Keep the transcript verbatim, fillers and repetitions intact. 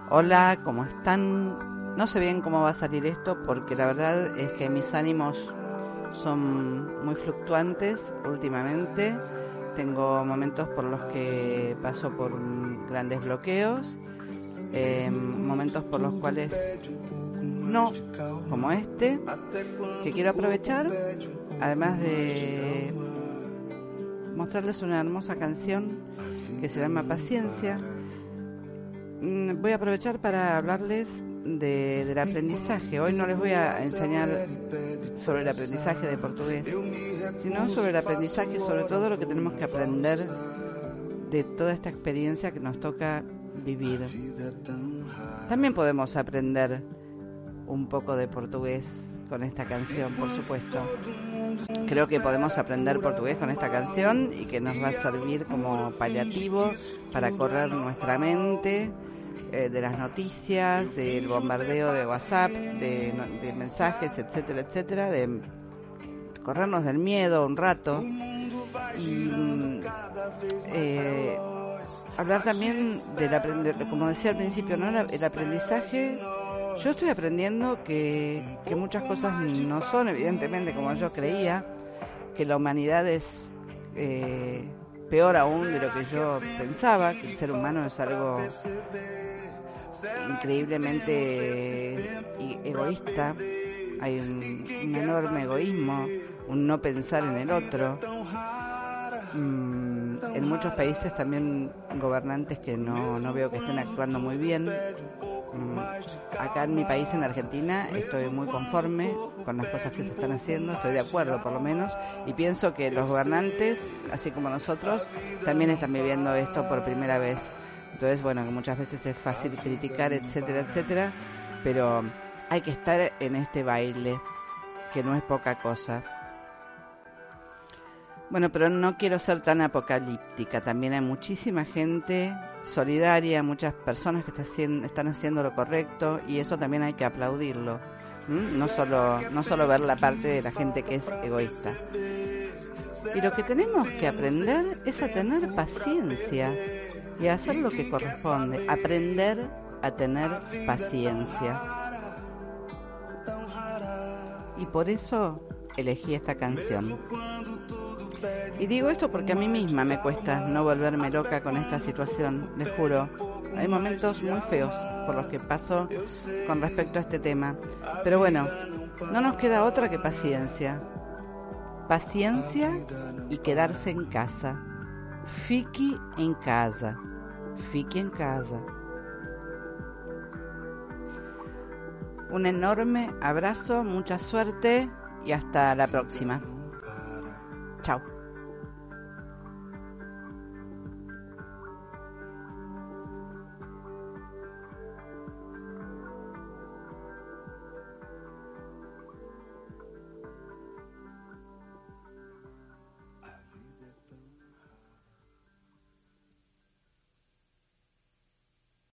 Hola, ¿cómo están? No sé bien cómo va a salir esto porque la verdad es que mis ánimos son muy fluctuantes últimamente. Tengo momentos por los que paso por grandes bloqueos, eh, momentos por los cuales no, como este, que quiero aprovechar, además de mostrarles una hermosa canción que se llama Paciencia. Voy a aprovechar para hablarles de, del aprendizaje. Hoy no les voy a enseñar sobre el aprendizaje de portugués, sino sobre el aprendizaje, sobre todo lo que tenemos que aprender de toda esta experiencia que nos toca vivir. También podemos aprender un poco de portugués con esta canción, por supuesto. Creo que podemos aprender portugués con esta canción y que nos va a servir como paliativo para correr nuestra mente eh, de las noticias, del bombardeo de WhatsApp, de, de mensajes, etcétera, etcétera, de corrernos del miedo un rato y eh, hablar también del aprender, como decía al principio, ¿no? El aprendizaje. Yo estoy aprendiendo que, que muchas cosas no son evidentemente como yo creía, que la humanidad es eh, peor aún de lo que yo pensaba, que el ser humano es algo increíblemente egoísta, hay un, un enorme egoísmo, un no pensar en el otro. Mm, en muchos países también gobernantes que no, no veo que estén actuando muy bien. Acá en mi país, en Argentina, estoy muy conforme con las cosas que se están haciendo, estoy de acuerdo por lo menos, y pienso que los gobernantes, así como nosotros, también están viviendo esto por primera vez. Entonces, bueno, que muchas veces es fácil criticar, etcétera, etcétera, pero hay que estar en este baile, que no es poca cosa. Bueno, pero no quiero ser tan apocalíptica. También hay muchísima gente solidaria, muchas personas que está haciendo, están haciendo lo correcto, y eso también hay que aplaudirlo. ¿Mm? No solo, no solo ver la parte de la gente que es egoísta. Y lo que tenemos que aprender es a tener paciencia y a hacer lo que corresponde. Aprender a tener paciencia. Y por eso elegí esta canción. Y digo esto porque a mí misma me cuesta no volverme loca con esta situación, les juro. Hay momentos muy feos por los que paso con respecto a este tema. Pero bueno, no nos queda otra que paciencia. Paciencia y quedarse en casa. Fique en casa. Fique en casa. Un enorme abrazo, mucha suerte y hasta la próxima.